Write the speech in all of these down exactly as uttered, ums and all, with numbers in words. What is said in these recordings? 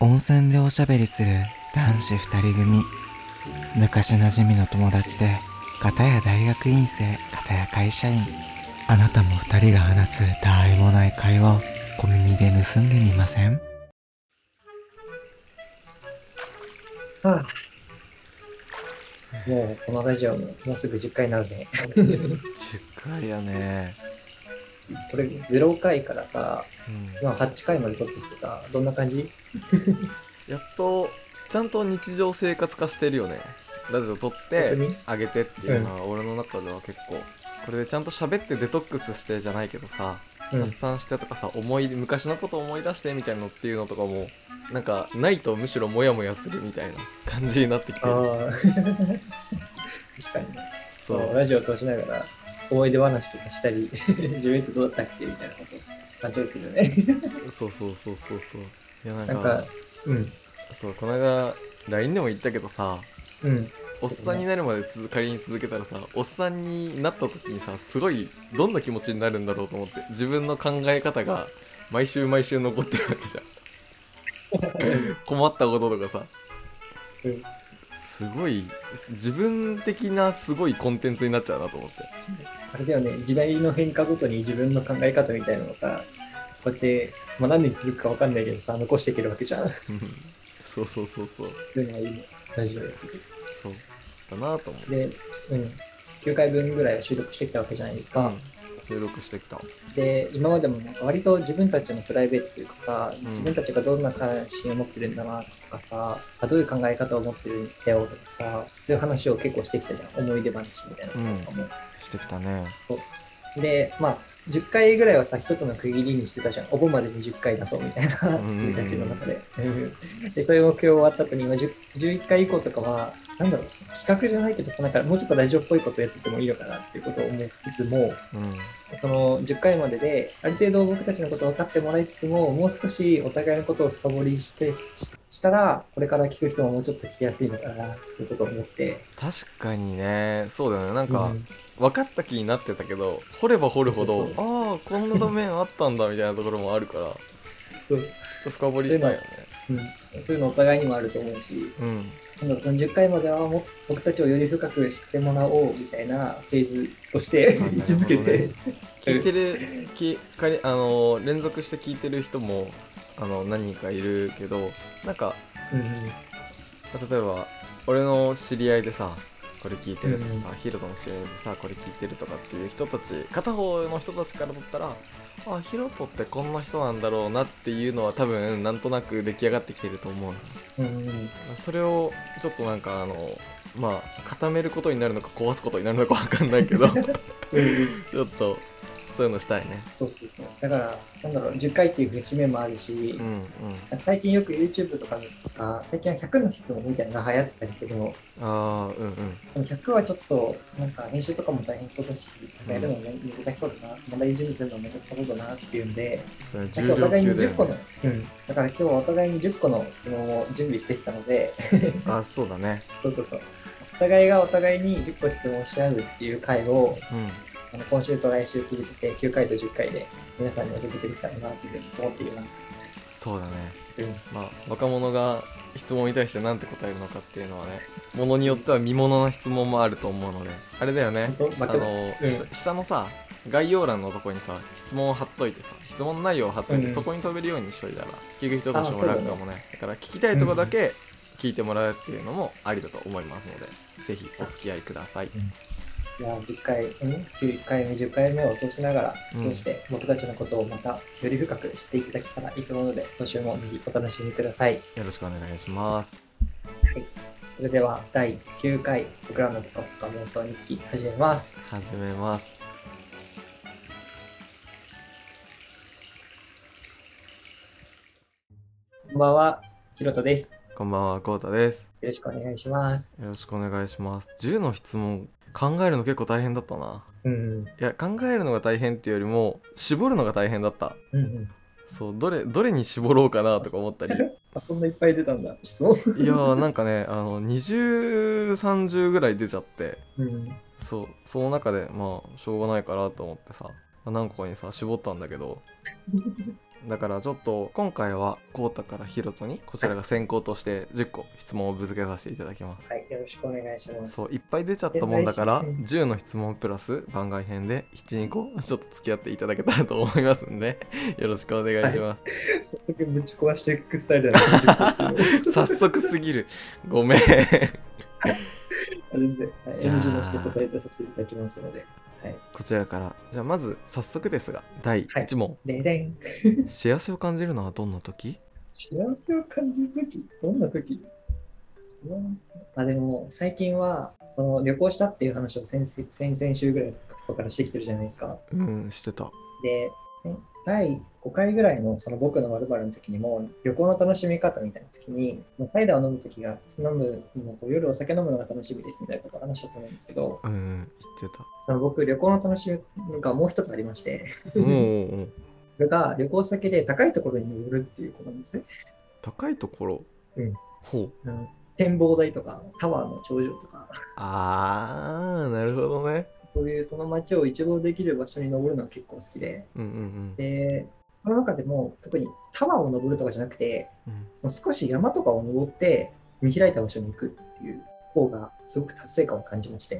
温泉でおしゃべりする男子二人組。昔なじみの友達で、片や大学院生、片や会社員。あなたも二人が話すたわいもない会話を小耳で盗んでみません？ はあ、もうこのラジオももうすぐじゅっかいになるね。 じゅっかいやね。 これゼロかいからさ、 うん、 今はちかいまで撮ってきてさ、どんな感じ？ やっとちゃんと日常生活化してるよね。ラジオ撮って本当に？ あげてっていうのは俺の中では結構、これでちゃんと喋ってデトックスしてじゃないけどさ、 うん。 発散してとかさ、思い昔のこと思い出してみたいなのっていうのとかもなんかないとむしろモヤモヤするみたいな感じになってきてる。 ああ、確かにね。 そう、 そう、ラジオを通しながら思い出話とかしたり、自分ってどうだったっけみたいなこと勘違いするよね。 そうそうそうそうそう。いやなんかなんか、うん、 そうこの間 ライン でも言ったけどさ、 うん。 おっさんになるまでつ仮に続けたらさ、おっさんになった時にさ、すごいどんな気持ちになるんだろうと思って、自分の考え方が毎週毎週残ってるわけじゃん。困ったこととかさ、 うん、 すごい自分的なすごいコンテンツになっちゃうなと思って。 あれだよね、時代の変化ごとに自分の考え方みたいなのをさ、こうやって、まあ、何年続くか分かんないけどさ、残していけるわけじゃん。 そうそうそうそう。 そういうのはいいね、ラジオやってて。 そうだなと思う。 で、うん、きゅうかいぶんぐらいは収録してきたわけじゃないですか。 うん、収録してきた。 で、今までもなんか割と自分たちのプライベートというかさ、 うん自分たちがどんな関心を持ってるんだなとかさ、あどういう考え方を持ってるんだよとかさ、そういう話を結構してきたじゃん。思い出話みたいなのとかも。 してきたね。 で、まあ、じゅっかいぐらいはさ、一つの区切りにしてたじゃん。お盆までにじゅっかい出そうみたいな、 うんうん君たちの中で。で、そういう目標終わった後に、今じゅじゅういっかい以降とかは、なんだろう、その企画じゃないけどさ、なんかもうちょっとラジオっぽいことやっててもいいのかなっていうことを思いつつも、 うんそのじゅっかいまでで、ある程度僕たちのことを分かってもらいつつも、もう少しお互いのことを深掘りしてししたら、これから聞く人ももうちょっと聞きやすいのかなっていうことを思って。 確かにね、そうだよね。なんかうん、 分かった気になってたけど、掘れば掘るほど、 そうそうそう。 ああこんな場面あったんだみたいなところもあるから、ちょそうっと深掘りそういうの、 したいよね。 うん、そういうのお互いにもあると思うし、 うん。 なんだろう、そのじゅっかいまではもっと僕たちをより深く知ってもらおうみたいなフェーズとしてあ、 位な置づけて、 るほどね。聞いてるきかりあの連続して聞いてる人もあの何人かいるけど、なんかうんうん例えば俺の知り合いでさこれ聞いてうんうんるとかさ、ヒロトの知り合いでさこれ聞いてるとかっていう人たち、片方の人たちからだったら、あ、ヒロトってこんな人なんだろうなっていうのは多分なんとなく出来上がってきてると思うの。 うんうんそれをちょっとなんかあのまあ固めることになるのか壊すことになるのか分かんないけどちうんうん、 ょっとそういうのしたいね。 そうそうそう。だから、なんだろう、じゅっかいっていう節目もあるし、 うんうん。 なんか最近よく YouTube とか見るとさ、最近はひゃくの質問みたいなのが流行ってたりするの。 ああ、うんうん。 でもひゃくはちょっと、なんか編集とかも大変そうだし、 うん、 やるのも難しそうだな、問題準備するのもめちゃくちゃそうだなっていうんで、 それ今日重量お互いに10個級だよね。 の、うん、だから今日お互いにじゅっこの質問を準備してきたので、 あ、そうだね。 そうそうそう。お互いがお互いにじゅっこ質問し合うっていう回を、 うん。 あの今週と来週続けてきゅうかいとじゅっかいで皆さんにお届けできたらなというふうに思っています。 そうだね。 うん、 まあ若者が質問に対して何て答えるのかっていうのはね、ものによっては見ものな質問もあると思うので、あれだよね。 本当、まあ、 あの、 うん、 し下のさ概要欄のとこにさ質問を貼っといてさ、質問内容を貼っといて、 うん、 そこに飛べるようにしといたら聞く人としてもあ、そうだね。 楽かもね。だから聞きたいとこだけ聞いてもらうっていうのもありだと思いますので、ぜひお付き合いください。 うん、じゃあじゅっかい、うん、きゅうかいめ、じゅっかいめを通しながら、 うん通して僕たちのことをまたより深く知っていただけたらいいと思うので、今週もぜひお楽しみください。 よろしくお願いします。 はい、それではだいきゅうかい僕らのポカポカ妄想日記始めます。 始めます。 こんばんは、ひろとです。 こんばんは、こうたです。 よろしくお願いします。 よろしくお願いします。じゅうの質問考えるの結構大変だったな。 うん、 いや、考えるのが大変っていうよりも絞るのが大変だった。 うん、うん。 そう、どれどれに絞ろうかなとか思ったり。 あ、そんないっぱい出たんだ、質問。 いやーなんかね、あのにじゅう、さんじゅうぐらい出ちゃって、 うん、 そう、その中でまあしょうがないかなと思ってさ、何個かにさ絞ったんだけど、 だからちょっと今回はコウタからヒロトにこちらが先行としてじゅっこ質問をぶつけさせていただきます。 はい、よろしくお願いします。 そういっぱい出ちゃったもんだからえ来週じゅうの質問プラス番外編でななこちょっと付き合っていただけたらと思いますんでよろしくお願いします。 早速ぶち壊していくスタイルだな。 早速すぎる。ごめん。 全然、はい、 じゃあエヌジー のして答えてさせていただきますので。はい。 こちらからじゃあまず早速ですがだいいち問、 ででん。 幸せを感じるのはどんな時？ 幸せを感じるとき、どんなとき？あ、でも最近はその旅行したっていう話を先々先々週ぐらいとかからしてきてるじゃないですか。 うんしてた。 で、だいごかいぐらいのその僕の〇〇の時にも旅行の楽しみ方みたいな時にサイダーを飲む時が飲むのと夜お酒飲むのが楽しみですみたいなことを話したと思うんですけど、 うんうん言ってた。 その僕旅行の楽しみがもう一つありましておーそれが旅行先で高いところに登るっていうことなんですね。 高いところ。 うんほう。 うん展望台とかタワーの頂上とかあーなるほどね。 そういうその街を一望できる場所に登るのが結構好きで、 うんうんでその中でも特にタワーを登るとかじゃなくて、 うんその少し山とかを登って見開いた場所に行くっていう方がすごく達成感を感じまして、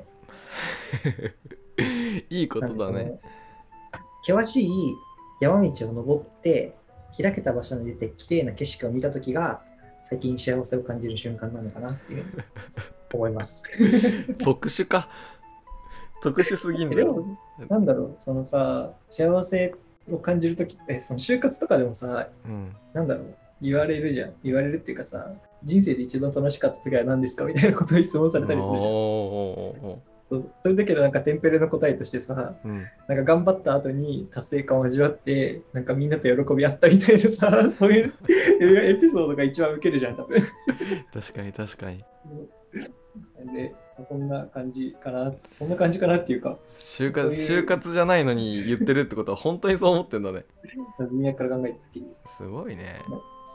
いいことだなんでね。 その険しい山道を登って開けた場所に出て綺麗な景色を見たときが最近幸せを感じる瞬間なのかなっていうふうに思います特殊か。特殊すぎんだよ。 でもなんだろう、そのさ幸せを感じるときってその就活とかでもさ、 うんなんだろう言われるじゃん。言われるっていうかさ、人生で一番楽しかった時は何ですかみたいなことを質問されたりするじゃん。 おーおーおーおそうそれだけどなんかテンペレの答えとしてさ、 ーうんなんか頑張った後に達成感を味わって、なんかみんなと喜び合ったみたいなさ、そういうエピソードが一番ウケるじゃん、多分。 確かに確かに。 で、こんな感じかな、そんな感じかなっていうか、 就活そういう就活じゃないのに言ってるってことは本当にそう思ってんだね。 みんなから考えた時に、 すごいね。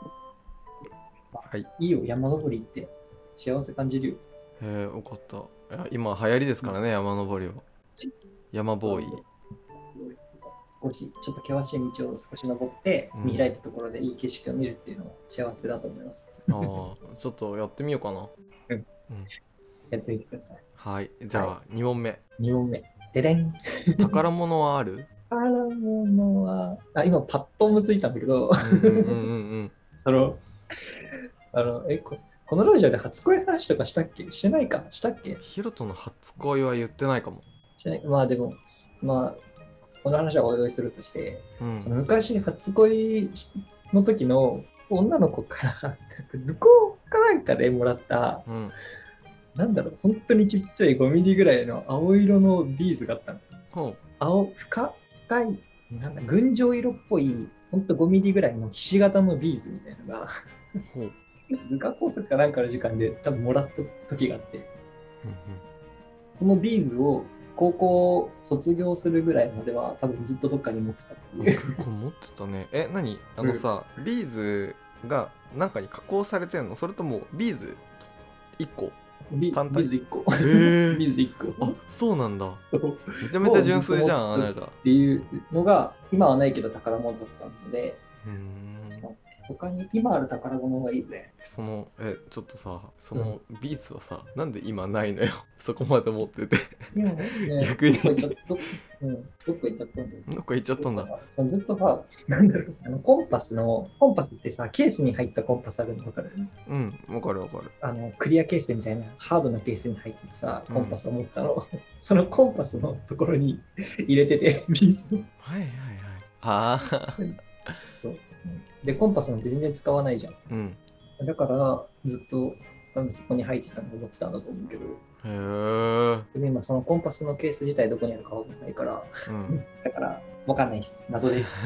はい。 いいよ、山登りって幸せ感じるよ。 へえよかった。いや今流行りですからね、山登りは。山ボーイ。 少しちょっと険しい道を少し登って、 うん見開いたところでいい景色を見るっていうのは幸せだと思います。 ああちょっとやってみようかな。 やってみてください。 はい。じゃあに問目。 に問目。ででん。 宝物はある？ 宝物は、あ、今パッと思いついたんだけど、 うんうんうんうんうん。 その、あの、え、ここのラジオで初恋の話とかしたっけしてないかしたっけヒロトの初恋は言ってないかも。 してないまあでも、まあ、この話はおいおいするとして、 うんその昔初恋の時の女の子から図工かなんかでもらった、 うん。 なんだろう、本当にちっちゃいごミリぐらいの青色のビーズがあったの。 ほ青、深深い、なんだ、群青色っぽい、ほんとごミリぐらいのひし形のビーズみたいなのが、 うほう。 部下工作かなんかの時間で多分もらった時があって、 うんそのビーズを高校卒業するぐらいまでは多分ずっとどっかに持ってたってうん。 いう。 結構持ってたね。え、何あのさ、ビーズがなんかに加工されてんの？それともビーズいっこ？ ビ単体ビーズいっこ。 へえビーズいっこ。 あ、そうなんだ。 そうめちゃめちゃ純粋じゃん、あもうずっと持ってなた。 っていうのが、今はないけど宝物だったので、 うーん。 他に今ある宝物がいいね。 その、え、ちょっとさ、そのビーズはさ、なんで今ないのよ。そこまで持ってて。 今ね、 逆にどっか行っちゃった。どうん、どっか行っちゃったんだよ。 どっか行っちゃったんだ。 そのずっとさ、なんだろう、あのコンパスの、コンパスってさ、ケースに入ったコンパスあるの分かる？ うん、わかるわかる。 あのクリアケースみたいなハードなケースに入っててさ、 うんコンパスを持ったの、そのコンパスのところに入れてて、ビーズを。 はいはいはい。ああ。 そうで、コンパスなんて全然使わないじゃん。 うん。 だから、ずっと多分そこに入ってたのを思ってたんだと思うけど、 へえ。 でも今そのコンパスのケース自体どこにあるかわかんないから、 うん。 だからわかんないです。謎です。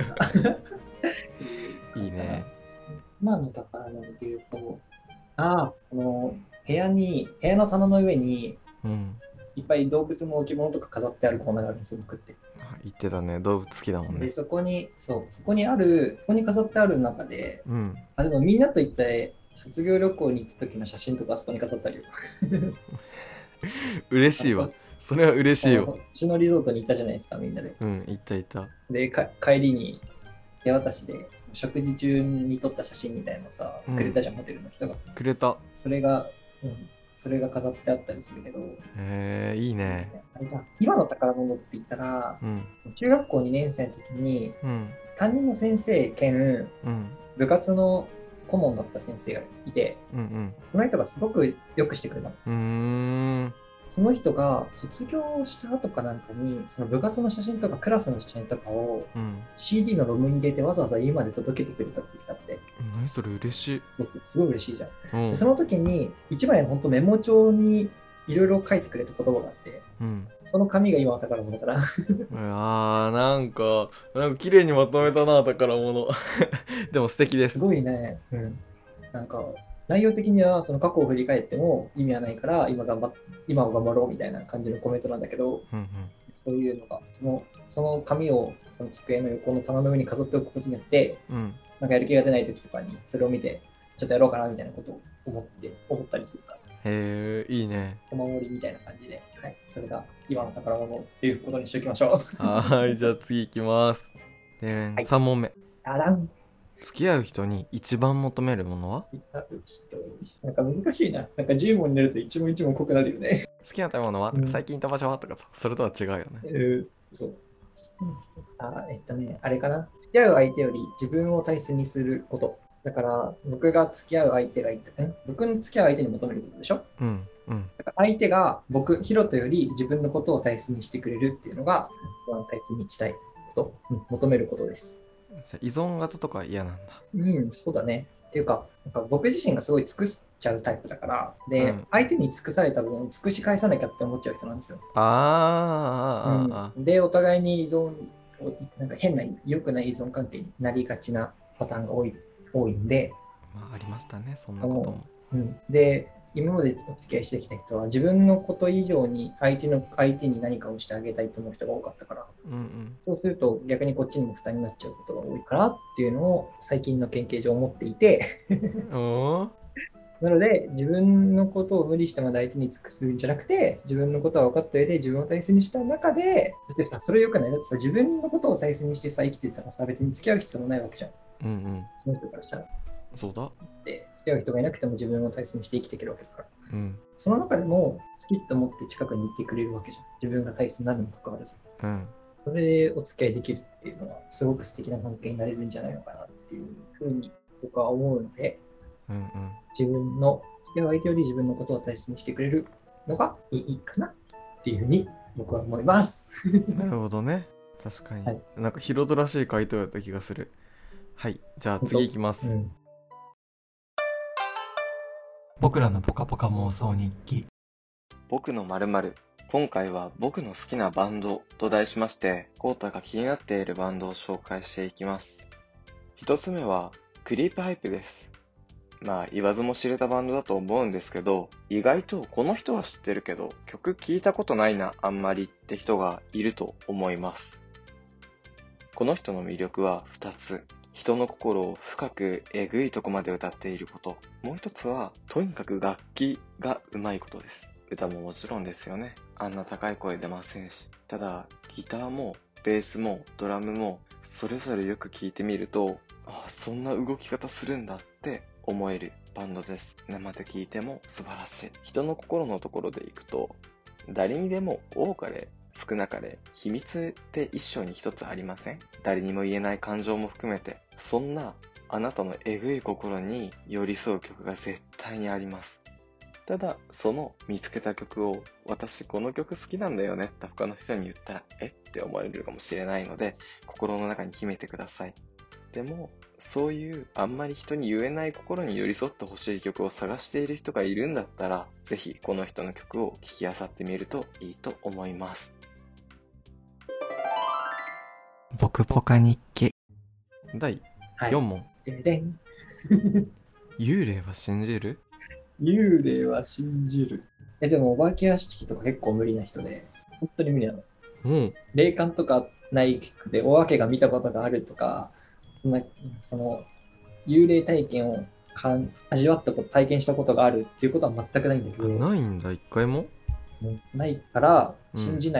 いいね。 今の宝物で言うと、ああ、その部屋に、部屋の棚の上にうん。 いっぱい動物も置物とか飾ってあるコーナーがあるんですよ、僕って。 あ言ってたね。動物好きだもんで、 ね。 そこに、そう、そこにある、そこに飾ってある中で、 うん。 あ、でもみんなと一体卒業旅行に行った時の写真とかあそこに飾ってあるよ。 嬉しいわ。それは嬉しいよ。 星野リゾートに行ったじゃないですか、みんなで。 うん、行った行った。 で、か帰りに、 手渡しで食事中に撮った写真みたいなのさ、 うんくれたじゃん、ホテルの人が。 くれた。 それが、うん、それが飾ってあったりするけど、 へえ、いいね。 あれだ、今の宝物って言ったら、 うん中学校にねん生の時にうん担任の先生兼うん部活の顧問だった先生がいて、 うんその人がすごくよくしてくれたの。 うんうーんその人が卒業した後かなんかに、その部活の写真とかクラスの写真とかをうん。 シーディー のロムに入れてわざわざ家まで届けてくれたってあって、 何それ嬉しい。 そうそう、すごい嬉しいじゃん。 うんでその時に、一枚本当メモ帳にいろいろ書いてくれた言葉があって、 うんその紙が今の宝物だから。 あーなんかなんか綺麗にまとめたな宝物でも素敵です。 すごいね。うん。なんか、内容的にはその過去を振り返っても意味はないから今頑張っ今を頑張ろうみたいな感じのコメントなんだけど、 うんそういうのが、そのその紙をその机の横の棚の上に飾っておくことによって、 うんうんなんかやる気が出ない時とかにそれを見て、ちょっとやろうかなみたいなことを思って思ったりするから、 へえいいね。 お守りみたいな感じで、はい、それが今の宝物っていうことにしておきましょう。 はーいじゃあ次行きます。でれんはいさん問目。 あらん。 付き合う人に一番求めるものは？ なんか難しいな。なんかじゅう問になると一問一問濃くなるよね。 好きな食べ物は、 うん最近行った場所はとかさ、それとは違うよね。 えーそう。あ、えっとね、あれかな。付き合う相手より自分を大切にすること。だから、僕が付き合う相手がいて、ん僕の付き合う相手に求めることでしょ。 うんうんだから相手が僕、ヒロトより自分のことを大切にしてくれるっていうのが、一番大切にしたいこと、うん、求めることです。 じゃあ依存型とかは嫌なんだ。 うん、そうだね。っていうか、なんか僕自身がすごい尽くしちゃうタイプだから、で、 うん相手に尽くされた分、尽くし返さなきゃって思っちゃう人なんですよ。 あーあーあーあうん、で、お互いに依存、なんか変な、良くない依存関係になりがちなパターンが多い多いんで、 ー、まあ、ありましたねそんなことも。 うん、で、今までお付き合いしてきた人は、自分のこと以上に相手の相手に何かをしてあげたいと思う人が多かったから、 うんうんそうすると逆にこっちにも負担になっちゃうことが多いかなっていうのを最近の研究上思っていて、 おーなので、自分のことを無理してまで相手に尽くすんじゃなくて、自分のことは分かった上で自分を大切にした中で、だってさ、それよくない。だってさ、自分のことを大切にしてさ、生きてたらさ、別に付き合う必要もないわけじゃん。 うんうんその人からしたら。 そうだ。 で、付き合う人がいなくても自分を大切にして生きていけるわけだから。 うんその中でも、好きと思って近くにいてくれるわけじゃん。自分が大切なのにもかかわらず。 うんそれでお付き合いできるっていうのは、すごく素敵な関係になれるんじゃないのかなっていうふうに僕は思うので、 うんうん自分の付き合う相手より自分のことを大切にしてくれるのがいいかなっていうふうに僕は思います。 なるほどね。確かに、 はいなんかヒロトらしい回答やった気がする。はい、じゃあ次いきます。 うん、 僕らのポカポカ妄想日記。 僕の〇〇。今回は僕の好きなバンドと題しまして、コータが気になっているバンドを紹介していきます。一つ目は、クリープハイプです。まあ、言わずも知れたバンドだと思うんですけど、意外とこの人は知ってるけど、曲聴いたことないな、あんまりって人がいると思います。この人の魅力は二つ。人の心を深くえぐいとこまで歌っていること。もう一つは、とにかく楽器が上手いことです。歌ももちろんですよね。あんな高い声出ませんし。ただ、ギターもベースもドラムもそれぞれよく聴いてみると、あ、そんな動き方するんだって思えるバンドです。生で聴いても素晴らしい。人の心のところでいくと、誰にでも多かれ少なかれ秘密って一生に一つありません？誰にも言えない感情も含めて、そんなあなたのえぐい心に寄り添う曲が絶対にあります。ただ、その見つけた曲を、私この曲好きなんだよねって他の人に言ったら、えって思われるかもしれないので、心の中に秘めてください。でも、そういうあんまり人に言えない心に寄り添ってほしい曲を探している人がいるんだったら、ぜひこの人の曲を聴き漁ってみるといいと思います。 僕ポカ日記。 だいはい、 よん問。 ででん幽霊は信じる？ 幽霊は信じる。え、でもお化け屋敷とか結構無理な人で、本当に無理なの。 うん。 霊感とかないくて、お化けが見たことがあるとか、そんな、その、幽霊体験をかん味わったこと、体験したことがあるっていうことは全くないんだけど、 ないんだ、一回も？ うんないからうん信じない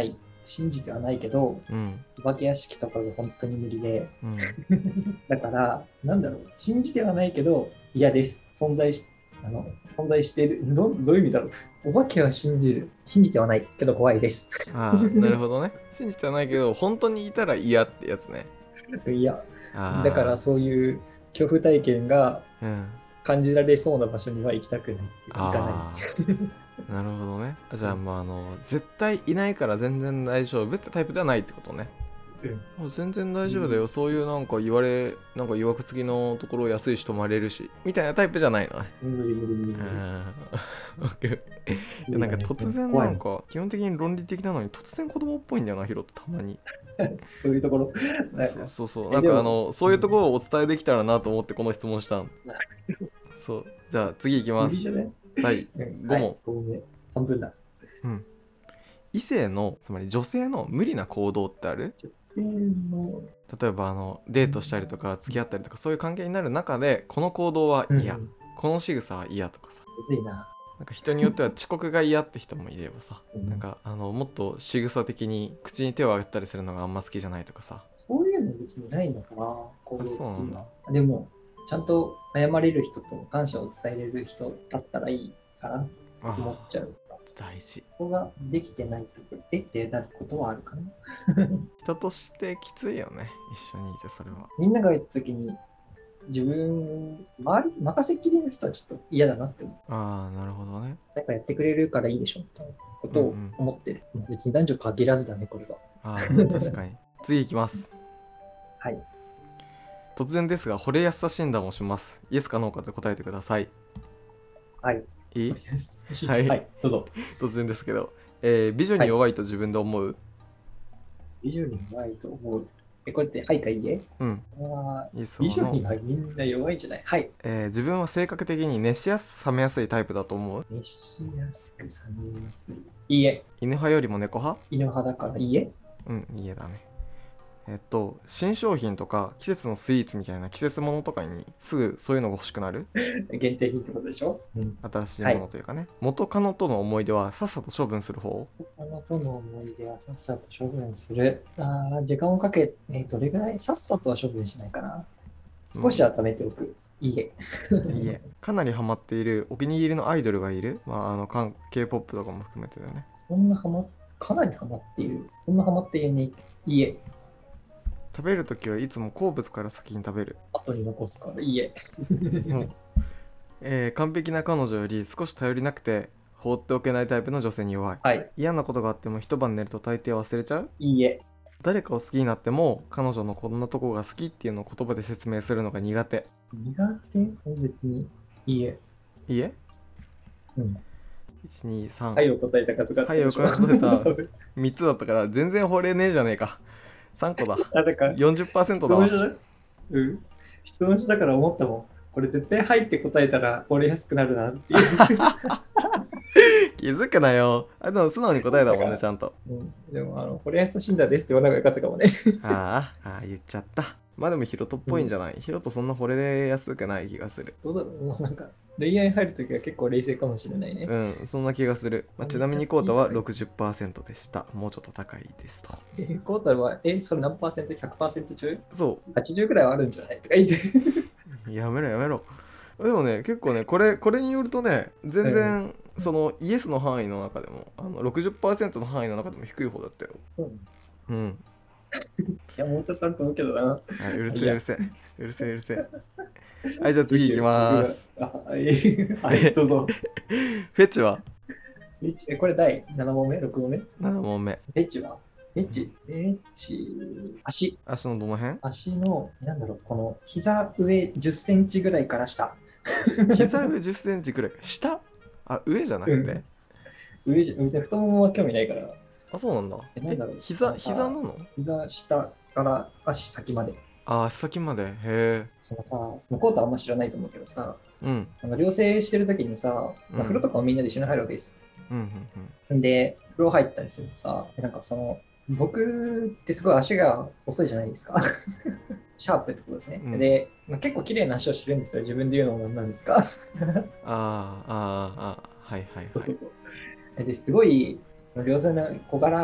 信じてはないけど、 うんお化け屋敷とかが本当に無理で、 うんだから、なんだろう、信じてはないけど、嫌です。存在し、あの、存在している。どどういう意味だろう。お化けは信じる。信じてはないけど怖いです。 ああ、なるほどね。信じてはないけど本当にいたら嫌ってやつね。 いや、 あーだからそういう恐怖体験がうん感じられそうな場所には行きたくないっていうか。行かああなるほどね。じゃあまああの絶対いないから全然大丈夫ってタイプではないってことね。 ない。うんもう全然大丈夫だよ、 うんそういうなんか言われなんかいわくつきのところ安いし泊まれるしみたいなタイプじゃないのね。 無理無理無理無理。 あーオッケーいやなんか突然なんか基本的に論理的なのに突然子供っぽいんだよなヒロってたまに。 そういうところ。なんそうかそうそうなんかえでもあのそういうところをお伝えできたらなと思ってこの質問したんな。 そうじゃあ次いきます無理じゃないだいうんご問、 はいご問目。半分だ。 うん異性のつまり女性の無理な行動ってある？ 女性の例えばあのデートしたりとか付き合ったりとかそういう関係になる中でこの行動は嫌、 うんこの仕草は嫌とかさ、 むずいな。 なんか人によっては遅刻が嫌って人もいればさ、 うんなんかあのもっと仕草的に口に手を挙げたりするのがあんま好きじゃないとかさ。 そういうの別にないのかな、行動的そうなんにはだ。 でも、ちゃんと謝れる人と感謝を伝えれる人だったらいいかなあと思っちゃう。 大事。 そこができてないと、えってなることはあるかな。 人としてきついよね一緒にいてそれは。 みんなが言ったときに、自分、周り、任せっきりの人はちょっと嫌だなって思う。 ああなるほどね。 なんかやってくれるからいいでしょみたいなことを思ってる。別に男女限らずだね、これは。 ああ確かに。次いきます。 はい。 突然ですが惚れやすさ診断をします。イエスかノーかで答えてください。 はい。 いいは、 はいいはい、どうぞ。 突然ですけど、えー美女に弱いと自分で思う？ 美女に弱いと思う。え、これって、はいかいいえうんあーイエス美女にノー。 はみんな弱いんじゃないはい。 えー自分は性格的に熱しやす冷めやすいタイプだと思う？ 熱しやすく冷めやすい。いいえ。 犬派よりも猫派？ 犬派だからいいえ。 うんいいえだね。えっと新商品とか季節のスイーツみたいな季節ものとかにすぐそういうのが欲しくなる？ 限定品ってことでしょうん。 新しいものというかね、元カノとの思い出はさっさと処分する方？ 他のとの思い出はさっさと処分する。あー時間をかけ、えーどれぐらいさっさとは処分しないかな。少しは貯めておく。いいえ。 いいえ。かなりハマっているお気に入りのアイドルがいる？まああの K-ポップ とかも含めてだよね。 そんなハマ、かなりハマっている。そんなハマっているね。いいえ。 食べるときはいつも好物から先に食べる。 後に残すからいいえ。 もうえー完璧な彼女より少し頼りなくて放っておけないタイプの女性に弱い。 はい。 嫌なことがあっても一晩寝ると大抵忘れちゃう？ いいえ。 誰かを好きになっても彼女のこんなとこが好きっていうのを言葉で説明するのが苦手。 苦手別に。いいえ。 いいえ。 うん。 いち、に、さん、 はいを答えた数があったはいをでしょ答えたみっつだったから全然惚れねえじゃねえか。さんこだ。 あ、だから、 よんじゅっパーセントだわ質問し。だうん。質問しだから思ったもん。これ絶対入って答えたら惚れやすくなるなっていう。 気づくなよ。あでも素直に答えたもんだからねちゃんと。 うん、でも、あの、惚れやすさ診断ですって言わない方がよかったかもね。 ああああ言っちゃった。まあでもヒロトっぽいんじゃない、ヒロトそんな惚れやすくない気がする。 どうだろうもうなんか、恋愛入るときは結構冷静かもしれないね。 うんそんな気がする。まあ、ちなみにコータは ろくじゅっパーセント でした。もうちょっと高いですと。 え、コータルは、え、それ何パーセント ?ひゃくパーセント 中そ ?はちじゅう くらいはあるんじゃないとか言って。 うやめろやめろ。でもね結構ねこれこれによるとね全然、そのイエスの範囲の中でもあの ろくじゅっパーセント の範囲の中でも低い方だったよ。 そうね。 うんいや、もうちょっとあると思うけどな。 はい、うるせいやえうるせえうるせえうるせえ。はいじゃあ次いきまーす。 あ、はい、はい、どうぞ。 フェチはフェチえ、これ第なな問目 ?ろく 問目フなな問目。 ェチはフェチフェチ足。 足のどの辺？ 足の、なんだろう、この膝上じゅっセンチぐらいから下。 膝上じゅっセンチくらい。下？あ上じゃなくて、 うん上じゃ、別に太ももは興味ないから、 あそうなんだ。 えなんだろうえ膝なんか膝なの？ 膝下から足先まで。 あ足先まで。へえ。 そのさ、向こうとあんま知らないと思うけどさ、 うんなんか寮生してる時にさ、まあうん風呂とかもみんなで一緒に入るわけですよ。 うんうんで、風呂入ったりするとさ、なんかその、僕ってすごい足が遅いじゃないですか。シャープってことですね。 うんで、まあ、結構綺麗な足をしてるんですよ。自分で言うのもなんなんですか。 あーあーあーはいはいはい。 ですごい、その寮生の子から、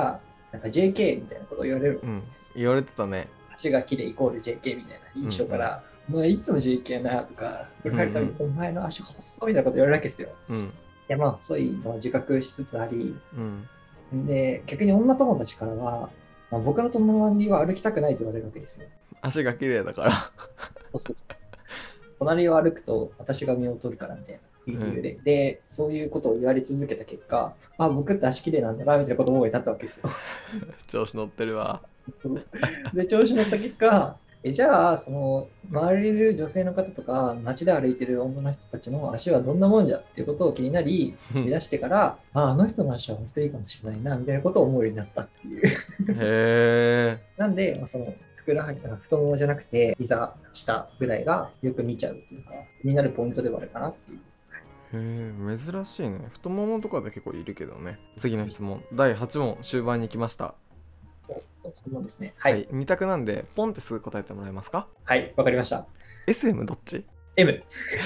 なんか ジェーケー みたいなことを言われる。 うん言われてたね。 足が綺麗イコール ジェーケー みたいな印象から、お前いつも ジェーケー なとか、振られたら、 うんお前の足細いみたいなこと言われるわけですよ。 うんいや、まあ、細いのは自覚しつつあり、 うんで、逆に女友達からは、まあ、僕の友達は歩きたくないと言われるわけですよ。 足が綺麗だからそうそうそう隣を歩くと私が身を取るからみたいな理由で、うん、で、そういうことを言われ続けた結果、あ、僕って足綺麗なんだなみたいなことを思い立ったわけですよ。 調子乗ってるわ。 で、調子乗った結果、えじゃあ、その周りにいる女性の方とか、街で歩いてる女の人たちの足はどんなもんじゃっていうことを気になり、見出してから、あ、あの人の足は本当にいいかもしれないなみたいなことを思うようになったっていう。 へー。 なんで、まあ、そのふくらはぎが太ももじゃなくて、膝下ぐらいがよく見ちゃうっていうか、気になるポイントではあるかなっていう。 へえ、珍しいね。太ももとかで結構いるけどね。次の質問、だいはち問終盤に来ました。 そうですね。はい。はい、 に択なんで、ポンってすぐ答えてもらえますか？ はい、わかりました。 エスエム どっち？ M。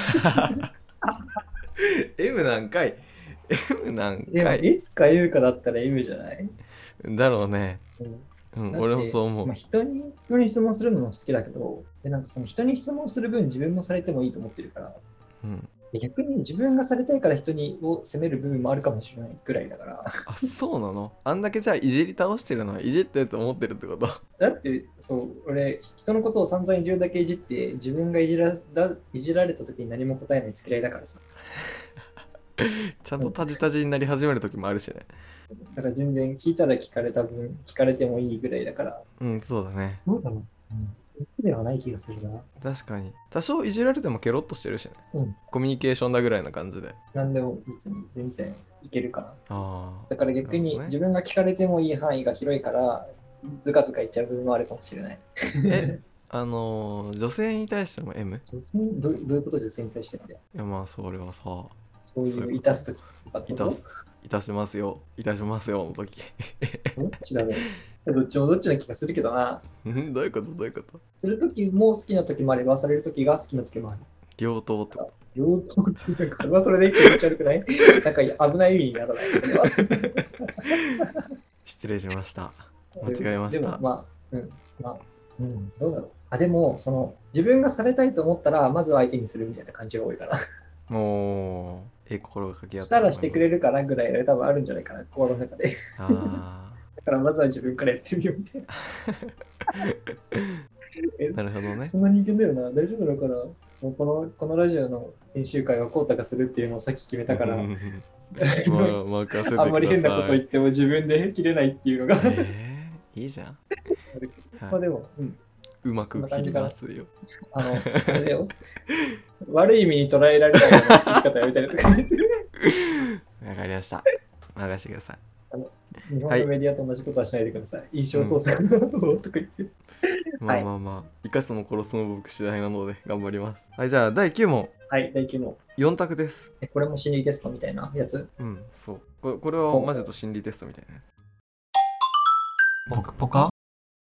M なんかい。M なんかい。 でも S か U かだったら M じゃない？ だろうね。うん、うん、俺もそう思う。 まあ、人に人に質問するのも好きだけど、でなんかその人に質問する分自分もされてもいいと思ってるから。 うん。 逆に自分がされたいから人にを責める部分もあるかもしれないぐらいだから。 あ、そうなの？あんだけじゃあいじり倒してるのはいじってると思ってるってこと？ だってそう俺人のことを散々いじるだけいじって自分がいじらだいじられた時に何も答えない嫌いだからさ。 ちゃんとタジタジになり始める時もあるしね。 だから全然聞いたら聞かれた分聞かれてもいいぐらいだから。 うん、そうだね。 そうだな。うんではない気がするな。 確かに多少いじられてもケロッとしてるしね、うん、コミュニケーションだぐらいな感じで何でも別に全然いけるかな。 あだから逆に自分が聞かれてもいい範囲が広いからズカズカいっちゃう部分もあるかもしれない。 えあのー、女性に対しても M？ 女性ど, どういうこと女性に対してなんだよ。 いやまあそれはさそういういたすときとかいたすいたしますよいたしますよのときどっちだね。どっちもどっちな気がするけどな。 どういうことどういうこと？ するときも好きなときもあれば、されるときが好きなときもある。 両党ってこと？ 両党ってなんかそれはそれで気持ち悪くない？なんか危ない意味にならない。それは失礼しました。間違えました。 でもまあ、うん、まあ、うん、どうだろう。あ、でも、その、自分がされたいと思ったら、まずは相手にするみたいな感じが多いから。 もう、ええ心がかけ合った。 したらしてくれるかなぐらいが多分あるんじゃないかな、心の中で。あだからまずは自分からやってみようみたいな。 なるほどね。 そんな人間だよな。大丈夫なのかな。もうこのこのラジオの編集会はコウタがするっていうのをさっき決めたから、まあ、 任せてください。 あんまり変なこと言っても自分で切れないっていうのが、 えー、いいじゃん。 まあでも、うん、 うまく切りますよ。 あの、あれだよ。悪い意味に捉えられないような切り方やめたりとか。わかりました。任せてください。 あの日本のメディアと同じことはしないでください。はい、印象操作のとか言って。 まあまあまあ、生かすも殺すも僕次第なので頑張ります。はい、じゃあだいきゅう問。 はい、だいきゅう問。 よん択です。 え、これも心理テストみたいなやつ？ うん、そう。これ、これはマジと心理テストみたいなやつ。 ポクポカ？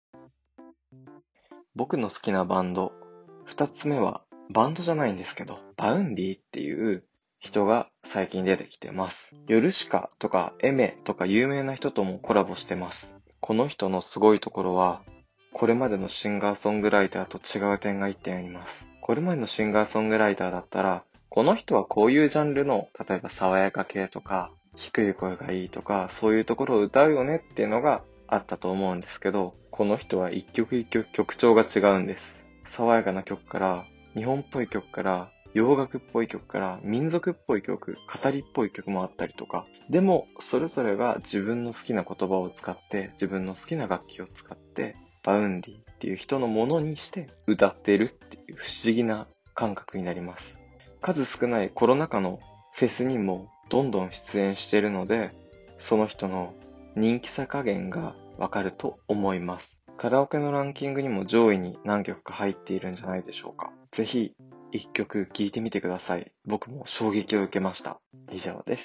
僕の好きなバンド。二つ目は、バンドじゃないんですけど、バウンディっていう人が最近出てきてます。ヨルシカとかエメとか有名な人ともコラボしてます。この人のすごいところは、これまでのシンガーソングライターと違う点が一点あります。これまでのシンガーソングライターだったら、この人はこういうジャンルの、例えば爽やか系とか、低い声がいいとか、そういうところを歌うよねっていうのがあったと思うんですけど、この人は一曲一曲曲調が違うんです。爽やかな曲から、日本っぽい曲から、洋楽っぽい曲から民族っぽい曲、語りっぽい曲もあったりとか。でも、それぞれが自分の好きな言葉を使って、自分の好きな楽器を使って、バウンディっていう人のものにして歌っているっていう不思議な感覚になります。数少ないコロナ禍のフェスにもどんどん出演しているので、その人の人気さ加減がわかると思います。カラオケのランキングにも上位に何曲か入っているんじゃないでしょうか。ぜひ一曲聴いてみてください。僕も衝撃を受けました。以上です。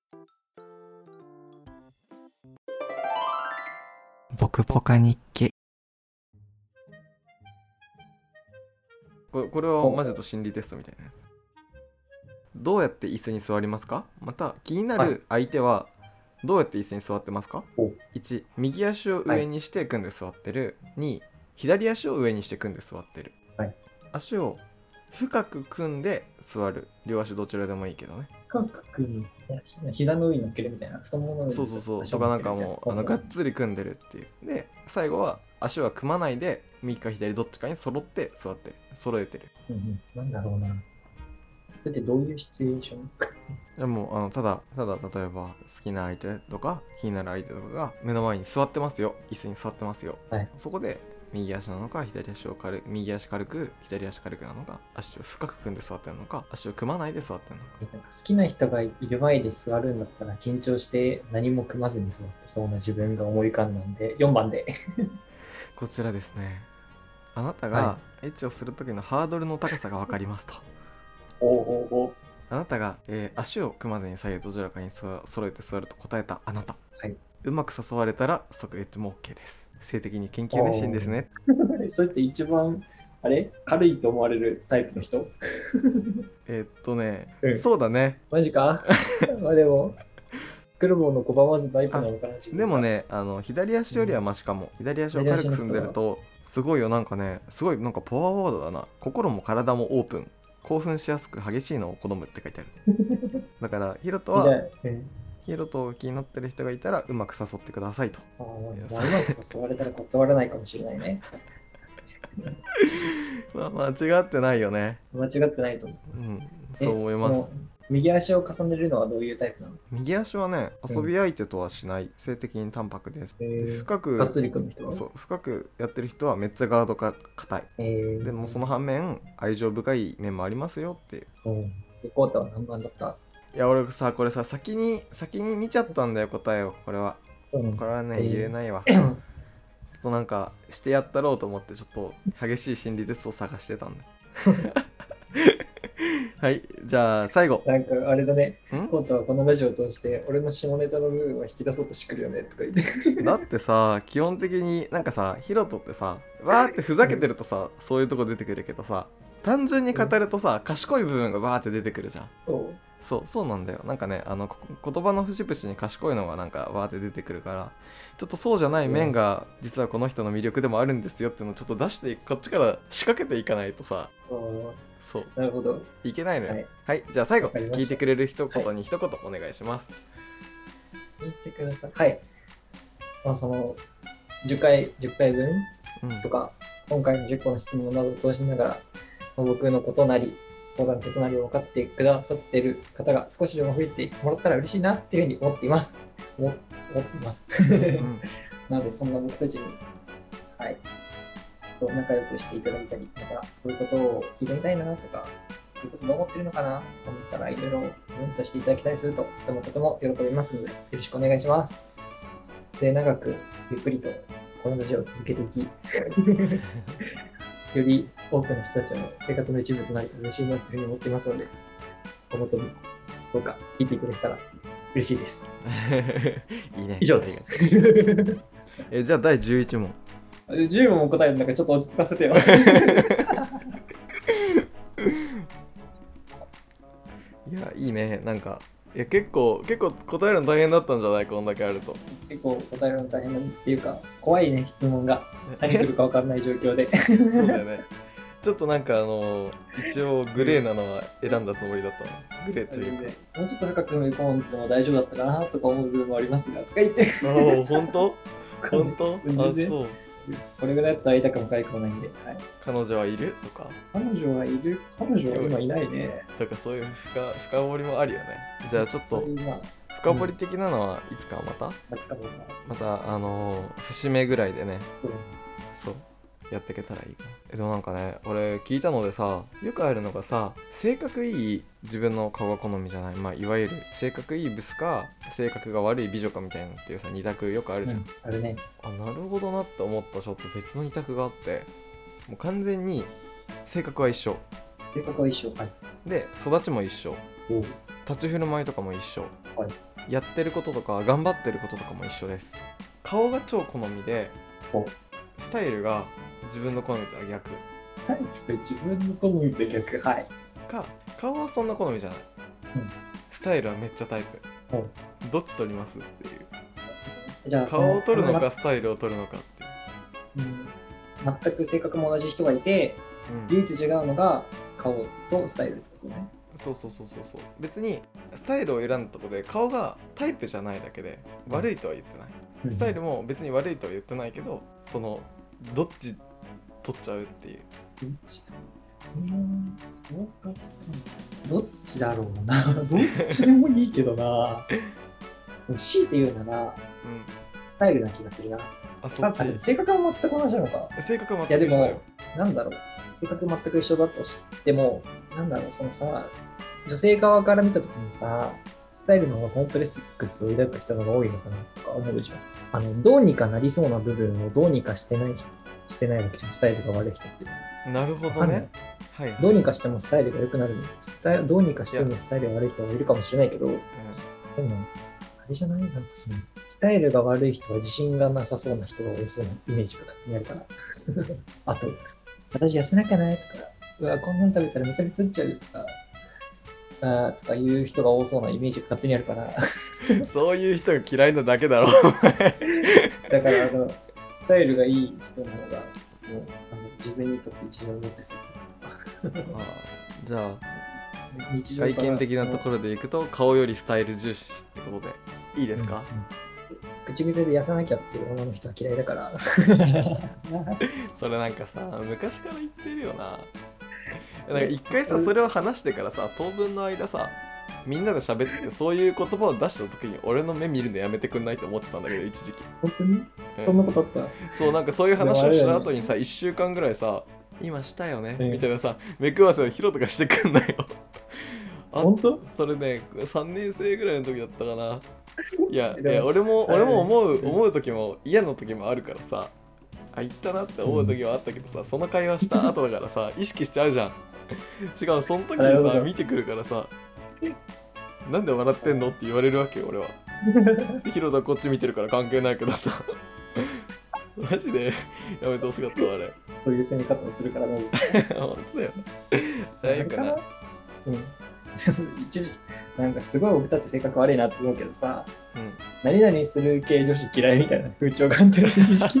ポクポカ日記。 これ、これはマジと心理テストみたいなやつ。どうやって椅子に座りますか？また気になる相手はどうやって椅子に座ってますか？ おいち右足を上にして組んで座ってる、に左足を上にして組んで座ってる、 はい、 足を深く組んで座る。両足どちらでもいいけどね。 深く組む。膝の上に乗っけるみたいな。太ももの上にそうそうそう足とかなんかを乗っけるみたいもうあのがっつり組んでるっていう。で最後は足は組まないで右か左どっちかに揃って座ってる、揃えてる。 うんうん、なんだろうな。だってどういうシチュエーション？ でもあのただただ例えば好きな相手とか気になる相手とかが目の前に座ってますよ、椅子に座ってますよ、 はい、 そこで右足なのか左足を軽く右足軽く左足軽くなのか、足を深く組んで座ってるのか、足を組まないで座ってるのか。 なんか好きな人がいる前で座るんだったら緊張して何も組まずに座ってそうな自分が思い浮かんだんでよんばんでこちらですね。あなたはがエッチをする時のハードルの高さが分かりますと。 おおおあなたが、えー足を組まずに左右どちらかにそ揃えて座ると答えたあなた、 はい、 うまく誘われたら即エッチも OK です。性的に研究熱心ですね。 それって一番あれ軽いと思われるタイプの人？ えーっとね、 うん、 そうだね。 マジかまあでも黒棒の拒まずタイプなのかな。 でもね、あの左足よりはマシかも、うん、左足を軽く組んでるとすごいよ。なんかね、すごいなんかパワーワードだな。心も体もオープン、興奮しやすく激しいのを好むって書いてある。だからヒロトは、うん、ヒロトが気になってる人がいたらうまく誘ってくださいと。 あ、まあ、うまく誘われたら断らないかもしれないね。 まあ間違ってないよね。 間違ってないと思います。うん、 そう思います。 右足を重ねるのはどういうタイプなの？ 右足はね、遊び相手とはしない、うん、性的に淡白です。えー、深くがっつり組む人はそう深くやってる人はめっちゃガードが硬い。えー、でもその反面愛情深い面もありますよっていう。 うん。でコータは何番だった？ いや俺さこれさ先に先に見ちゃったんだよ答えを。これは、うん、これはね、えー、言えないわ。ちょっとなんかしてやったろうと思ってちょっと激しい心理テストを探してたんだ。はい、じゃあ最後。 なんかあれだね、コータはこのラジオを通して俺の下ネタの部分は引き出そうとしてくるよねとか言って。 だってさ、基本的になんかさ、ヒロトってさ、わーってふざけてるとさ、うん、そういうとこ出てくるけどさ、単純に語るとさ、賢い部分がわーって出てくるじゃん。 そうそうそうなんだよ。なんかね、あの言葉の節々に賢いのがなんかわーって出てくるから、ちょっとそうじゃない面が実はこの人の魅力でもあるんですよっていうのをちょっと出してこっちから仕掛けていかないとさ、そう、 なるほど、 いけないのよ。はい、はい、じゃあ最後聞いてくれる一言に一言お願いします。 はい、聞いてください。はい。まあそのじゅっかいじゅっかいぶんとか、うん、今回のじゅっこの質問などを通しながら、まあ、僕のことなり講談のことなりを分かってくださっている方が少しでも増えてもらったら嬉しいなっていうふうに思っています。思, 思っています。うん、なので、そんな僕たちに、はい、仲良くしていただいたり、また、こういうことを聞いてみたいなとか、こういうことどう思ってるのかなと思ったら、いろいろコメントしていただきたりすると、とてもとても喜びますので、よろしくお願いします。末永く、ゆっくりと、このラジオを続けていき、より多くの人たちの生活の一部となり嬉しいなというふうに思っていますので、お求めどうか聞いてくれたら嬉しいです。 いいね。 以上です。 えじゃあだいじゅういちもん。 じゅうもんも答えるんだからちょっと落ち着かせてよ。 いやいいね。なんかいや結構結構答えるの大変だったんじゃない？こんだけあると。 結構答えるの大変なんっていうか怖いね、質問が何来るか分からない状況で。 そうだよね。ちょっとなんかあの一応グレーなのは選んだつもりだったの。グレーというか。もうちょっと深く踏み込んでも大丈夫だったかなとか思う部分もありますがとか言って。 おお本当？本当？あそう。 これぐらいだったら会いたくもかいくもないんで、はい、 彼女はいるとか彼女はいる彼女は今いないね。 とかそういう深深掘りもあるよね。じゃあちょっと深掘り的なのはいつかまた、うん、またあのー、節目ぐらいでね、うん、そうやっていけたらいいかな。えでもなんかね俺聞いたのでさ、よくあるのがさ、性格いい自分の顔が好みじゃない、まあいわゆる性格いいブスか性格が悪い美女かみたいなっていうさ二択よくあるじゃん、うん、 あるね。 あなるほどなって思ったちょっと別の二択があって、もう完全に性格は一緒。 性格は一緒、はい。 で育ちも一緒、立ち振る舞いとかも一緒、はい、やってることとか頑張ってることとかも一緒です。顔が超好みでスタイルが自分の好みとは逆。 スタイル自分の好みと逆、はい。 か、顔はそんな好みじゃない、うん、スタイルはめっちゃタイプ、うん、どっち取りますっていう。 じゃあそ顔を撮るのまかスタイルを撮るのかっていう。 うん全く性格も同じ人がいて、 うん、 唯一違うのが顔とスタイルってことね。 そうそうそうそうそう。別にスタイルを選んだところで顔がタイプじゃないだけで悪いとは言ってない。スタイルも別に悪いとは言ってないけど、そのどっち取っちゃうっていう。 どっちだうーんそうかどっちだろうな。どっちでもいいけどな。でも強いて言うなら、 うん。 スタイルな気がするな。 あ、そっち。 あ性格は全く同じなのか。 性格はいやで全く一緒だよも。、なんだろう。性格全く一緒だとしても、なんだろう、そのさ、女性側から見たときにさ、スタイルの方がコンプレックスを抱く人の方が多いのかなとか思うじゃん。あの、どうにかなりそうな部分をどうにかしてない人してないわけじゃん、スタイルが悪い人って。 なるほどわかんないね。はいはい。 どうにかしてもスタイルが良くなる。スタイどうにかしてもスタイルが悪い人がいるかもしれないけど、 うんでも、あれじゃないなんかその、スタイルが悪い人は自信がなさそうな人が多そうなイメージが勝手にあるから。あと、私痩せなきゃなとか、うわ、こんなの食べたらメタル取っちゃうとか、あーとかいう人が多そうなイメージが勝手にあるから。 そういう人が嫌いなだけだろ。 だから、あの、スタイルがいい人の方が、もうあの自分にとって自信を持ってそうあーじゃあ日常から外見的なところでいくと顔よりスタイル重視ってことでいいですか？ うんうん口癖で痩せなきゃっていう女の人は嫌いだから。 それなんかさ昔から言ってるよな。なんか一回さそれを話してからさ当分の間さみんなで喋っててそういう言葉を出した時に俺の目見るのやめてくんないと思ってたんだけど一時期、 本当にうんそんなことあったそうなんかそういう話をした後にさいっしゅうかんぐらいさ今したよね、 うんみたいなさ目くわせをヒロとかしてくんなよ。あ本当それねさんねん生ぐらいの時だったかな。いやいでもや俺もはい俺も思ううん思う時も嫌な時もあるからさあ言ったなって思う時はあったけどさ、その会話した後だからさ意識しちゃうじゃん。しかもその時にさなるほど見てくるからさなんで笑ってんのって言われるわけよ俺は。ヒロタこっち見てるから関係ないけどさマジでやめてほしかったわあれ。 そういう攻め方をするからね。 本当だよ。大丈夫かな。 うん。一時なんかすごい僕たち性格悪いなって思うけどさ、 うん何々する系女子嫌いみたいな風潮があってる一時期。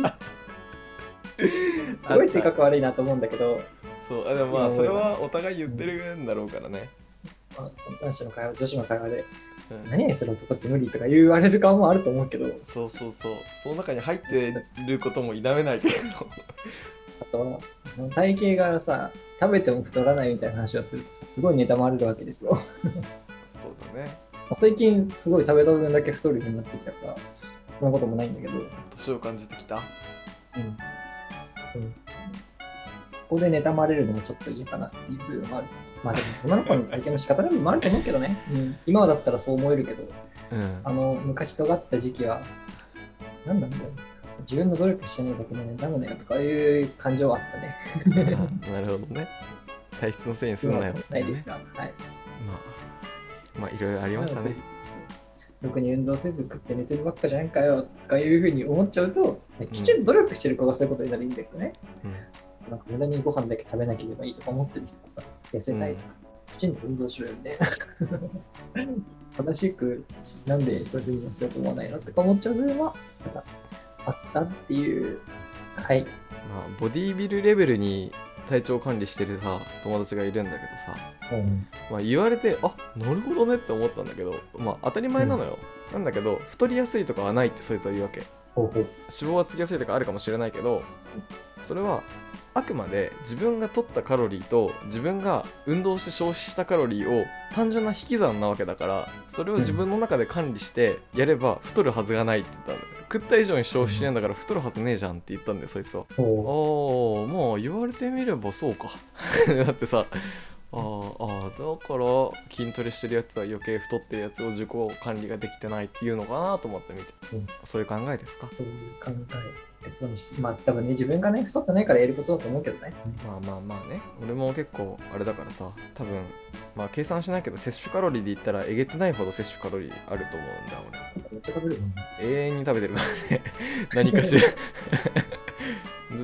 すごい性格悪いなと思うんだけど、 そうあでもまあそれはお互い言ってるんだろうからね。 まあ、その男子の会話、女子の会話で、 うん何々する男って無理とか言われる顔もあると思うけど、 そうそうそうその中に入ってることも否めないけどあとはあの体型がさ、食べても太らないみたいな話をするとさ、すごい妬まれるわけですよ。 そうだね。 最近すごい食べた分だけ太るようになってきたから、そんなこともないんだけど、 年を感じてきた。 うんうん、そこで妬まれるのもちょっと嫌かなっていう部分もある。まあでも女の子の体験の仕方の部分もあると思うけどね。うん、今だったらそう思えるけど、 うんあの昔尖ってた時期は、なんだろう、そう自分の努力してないだけでね、ダメだよとかいう感情はあったね。 あなるほどね。体質のせいにすんなよってないいうねですが、はい。 まあまあいろいろありましたね。 ろくに運動せず食って寝てるばっかじゃんかよとかいうふうに思っちゃうと、きちんと努力してる子がそういうことになるいいんだけどね。 うんなんか無駄にご飯だけ食べなければいいとか思ってる人がさ、痩せたいとか、きちんと運動しろよね。正しく、なんでそういうふうに痩せようと思わないのとか思っちゃう部分は、なんかあったっていう、はい。 まあボディービルレベルに体調管理してるさ友達がいるんだけどさ、 うん。 まあ、言われてあなるほどねって思ったんだけどまあ当たり前なのよ、なんだけど太りやすいとかはないってそいつは言うわけ。 ほうほう。 脂肪はつきやすいとかあるかもしれないけどそれはあくまで自分が取ったカロリーと自分が運動して消費したカロリーを単純な引き算なわけだからそれを自分の中で管理してやれば太るはずがないって言ったんだよ。食った以上に消費してんだから太るはずねえじゃんって言ったんだよそいつは。あほあまあ言われてみればそうかだってさあーあーだから筋トレしてるやつは余計太ってるやつを自己管理ができてないっていうのかなと思ってみて、 うんそういう考えですか？ う。そういう考え。まあ多分ね、自分がね、太ってないからやることだと思うけどね。 まあまあまあね俺も結構あれだからさ多分まあ計算しないけど摂取カロリーで言ったらえげつないほど摂取カロリーあると思うんだ俺めっちゃ食べるもんね。 永遠に食べてるからね何かしらずっ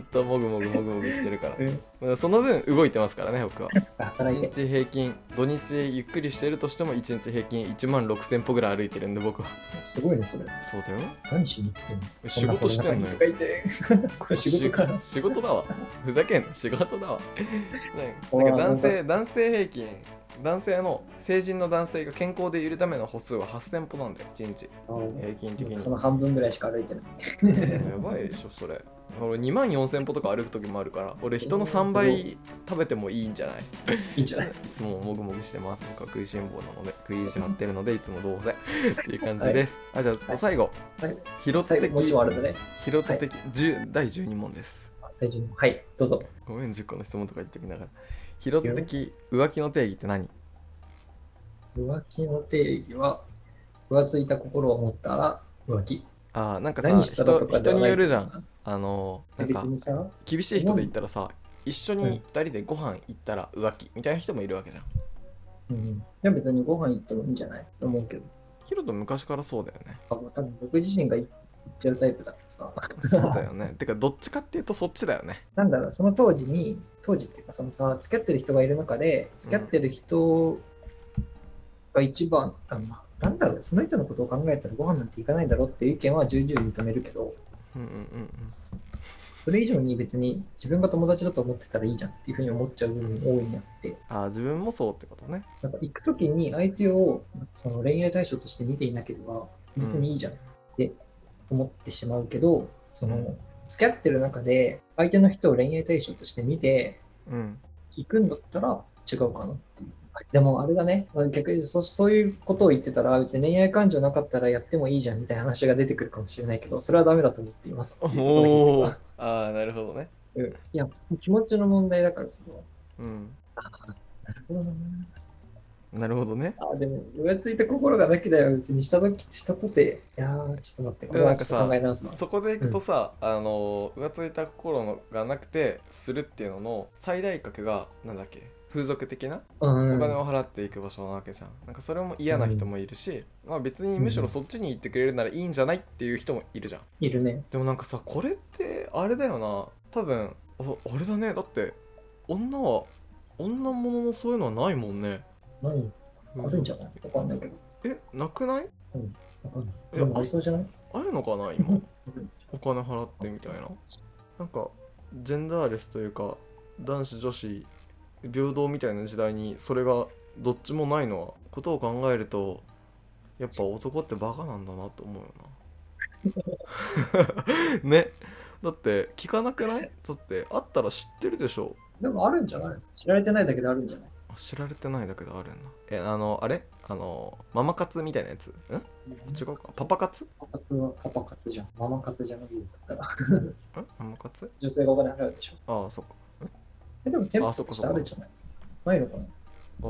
っともぐもぐもぐもぐしてるからうんまあその分動いてますからね僕は。1 働いて。 日平均土日ゆっくりしてるとしてもいちにち平均いちまんろくせん歩ぐらい歩いてるんで僕は。 すごいね、それ。 そうだよ。 何しに行ってんの？ 仕事してんのよ。 こんな子の中にいてこれ仕事かな。 し仕事だわ。ふざけんな、仕事だわ。 うわなんか男性なん男性平均男性の成人の男性が健康でいるための歩数ははっせん歩なんだよいちにち平均的に。 その半分ぐらいしか歩いてない。 やばいでしょそれ。俺にまんよんせん歩とか歩く時もあるから俺人のさんばい食べてもいいんじゃない？ いいんじゃない？ いつももぐもぐしてます。僕は食いしん坊なので食い意地張ってるのでいつもどうせっていう感じです。あじゃあちょっと最後最後ヒロト的最後もうちょいあるんだね。 ヒロト的、じゅうだいじゅうに問です。 大丈夫。はい、どうぞ。 ごめんじゅっこの質問とか言ってきながら。ヒロト的浮気の定義って何？ 浮気の定義は、浮ついた心を持ったら浮気。 あーなんかさ何したらと人人かではないによるじゃん。あのなんか別にさ、 厳しい人で言ったらさ一緒にふたりでご飯行ったら浮気みたいな人もいるわけじゃん。 うん。いや別にご飯行ってもいいんじゃないと思うけど、 ヒロト昔からそうだよね。 多分僕自身が行っちゃうタイプだからさ。 そうだよね。てかどっちかっていうとそっちだよね。 なんだろう、その当時に、当時っていうか、そのさ、付き合ってる人がいる中で、付き合ってる人が一番、あのなんだろう、その人のことを考えたらご飯なんて行かないだろうっていう意見は重々認めるけど、 うんうんうんそれ以上に別に自分が友達だと思ってたらいいじゃんっていうふうに思っちゃう部分大いにあって、 うん。あー自分もそうってことね。 なんか行くときに相手をその恋愛対象として見ていなければ別にいいじゃんって思ってしまうけど、その付き合ってる中で相手の人を恋愛対象として見てうん。 行くんだったら違うかなっていう。でもあれだね、逆に そ, そういうことを言ってたら別に恋愛感情なかったらやってもいいじゃんみたいな話が出てくるかもしれないけど、それはダメだと思っていますっていうことが言おお。 ってた。 ああなるほどね。 うん、いや、気持ちの問題だからその。 うん。 なるほどな。 なるほどね。 あ、でも、浮ついた心がなければ別にしたとしたとて、いやー、ちょっと待って、これはちょっとでなんかさ考え直すな。 そこでいくとさ、あの浮ついた心のがなくてするっていうのの最大格がなんだっけ風俗的なうん、 お金を払っていく場所なわけじゃん。なんかそれも嫌な人もいるし、まあ別にむしろそっちに行ってくれるならいいんじゃないっていう人もいるじゃん。 いるね。 でもなんかさこれってあれだよな多分ああれだねだって女は女物のそういうのはないもんね。 何あるんじゃないわかんないけど。 えなくない？ わかんない。 えでもありそうじゃないあるのかな今お金払ってみたいな。なんかジェンダーレスというか男子女子平等みたいな時代にそれがどっちもないのはことを考えるとやっぱ男ってバカなんだなと思うよなね。だって聞かなくない？だってあったら知ってるでしょ。 でもあるんじゃない知られてないだけであるんじゃないあ知られてないだけであるんだ。えあのあれあのママ活みたいなやつん違うかパパ活んパパ活はパパ活じゃん。ママ活じゃないよだったら。 ママ活女性がお金払うでしょ。 ああそっか。 え、でも店舗あそっかそっかとしてあるんじゃないないのかなあ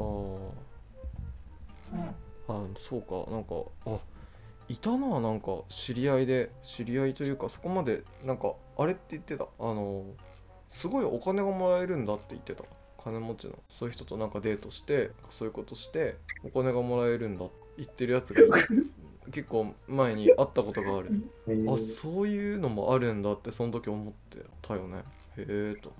ーあそうかなんかあいたななんか知り合いで知り合いというかそこまでなんかあれって言ってたあのすごいお金がもらえるんだって言ってた金持ちのそういう人となんかデートしてそういうことしてお金がもらえるんだって言ってるやつがいる結構前に会ったことがあるへーあそういうのもあるんだってその時思ってたよねへえと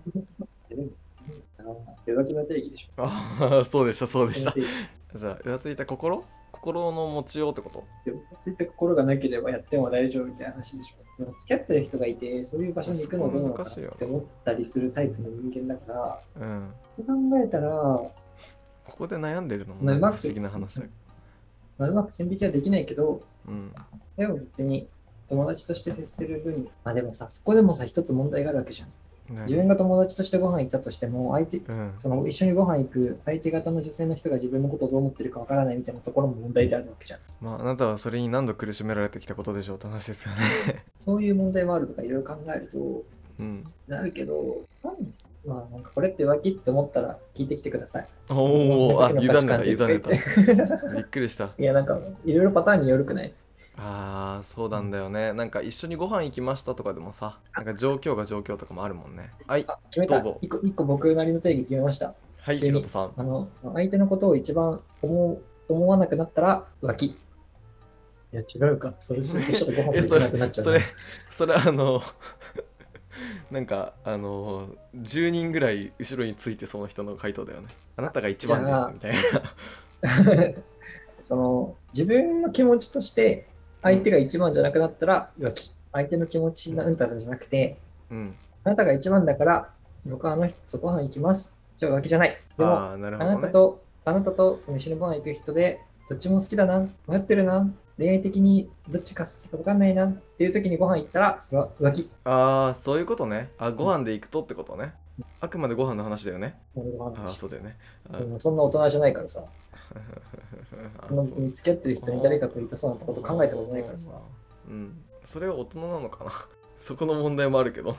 手書きの定義でしょ。 ああそうでしたそうでした手書きじゃあ浮ついた心心の持ちようってことでもついた心がなければやっても大丈夫みたいな話でしょ。でも付き合ってる人がいて、そういう場所に行くのはどうなのかなって思ったりするタイプの人間だから、 うんそう考えたら、 ここで悩んでるのもねまあうまく不思議な話だけまあ、うまく線引きはできないけど、 どうんでも別に友達として接する分に、まあでもさ、そこでもさ、一つ問題があるわけじゃん。 何自分が友達としてご飯行ったとしても、相手、 うんその一緒にご飯行く相手方の女性の人が自分のことをどう思ってるかわからないみたいなところも問題であるわけじゃん。 まああなたはそれに何度苦しめられてきたことでしょうって話ですよねそういう問題もあるとかいろいろ考えると、 うんなるけど、なんまあなんかこれって浮気って思ったら聞いてきてください。 おおあその委時の価値観ねた委ねでたびっくりしたいやなんかいろいろパターンによるくないあーそうなんだよねなんか一緒にご飯行きましたとかでもさなんか状況が状況とかもあるもんねはいあ、決めた。 どうぞ一個一個僕なりの定義決めました。 はい急にひろとさんあの、相手のことを一番思う思わなくなったら浮気。いや違うか。それそしたらご飯もえそれ行けなくなっちゃうな。 それそれあのなんかあのー、じゅうにんぐらい後ろについてその人の回答だよね。あなたが一番ですみたいな。 その自分の気持ちとして相手が一番じゃなくなったら浮気。相手の気持ちがうんたらじゃなくて、 うん、 あなたが一番だから僕はあの人とご飯行きます。じゃあ浮気じゃない。でもあー、なるあほどね。 なたとあなたとその一緒にご飯行く人でどっちも好きだな、迷ってるな、恋愛的にどっちか好きか分かんないなっていう時にご飯行ったらそれは浮気。 ああ、そういうことね。あ、ご飯で行くとってことね。あくまでご飯の話だよね。ああ、 俺の話そうだよね。あでもそんな大人じゃないからさ、 あそんな別に付き合ってる人に誰かと言ったそうなこと考えたことないからさ。 うん、それは大人なのかな。そこの問題もあるけど。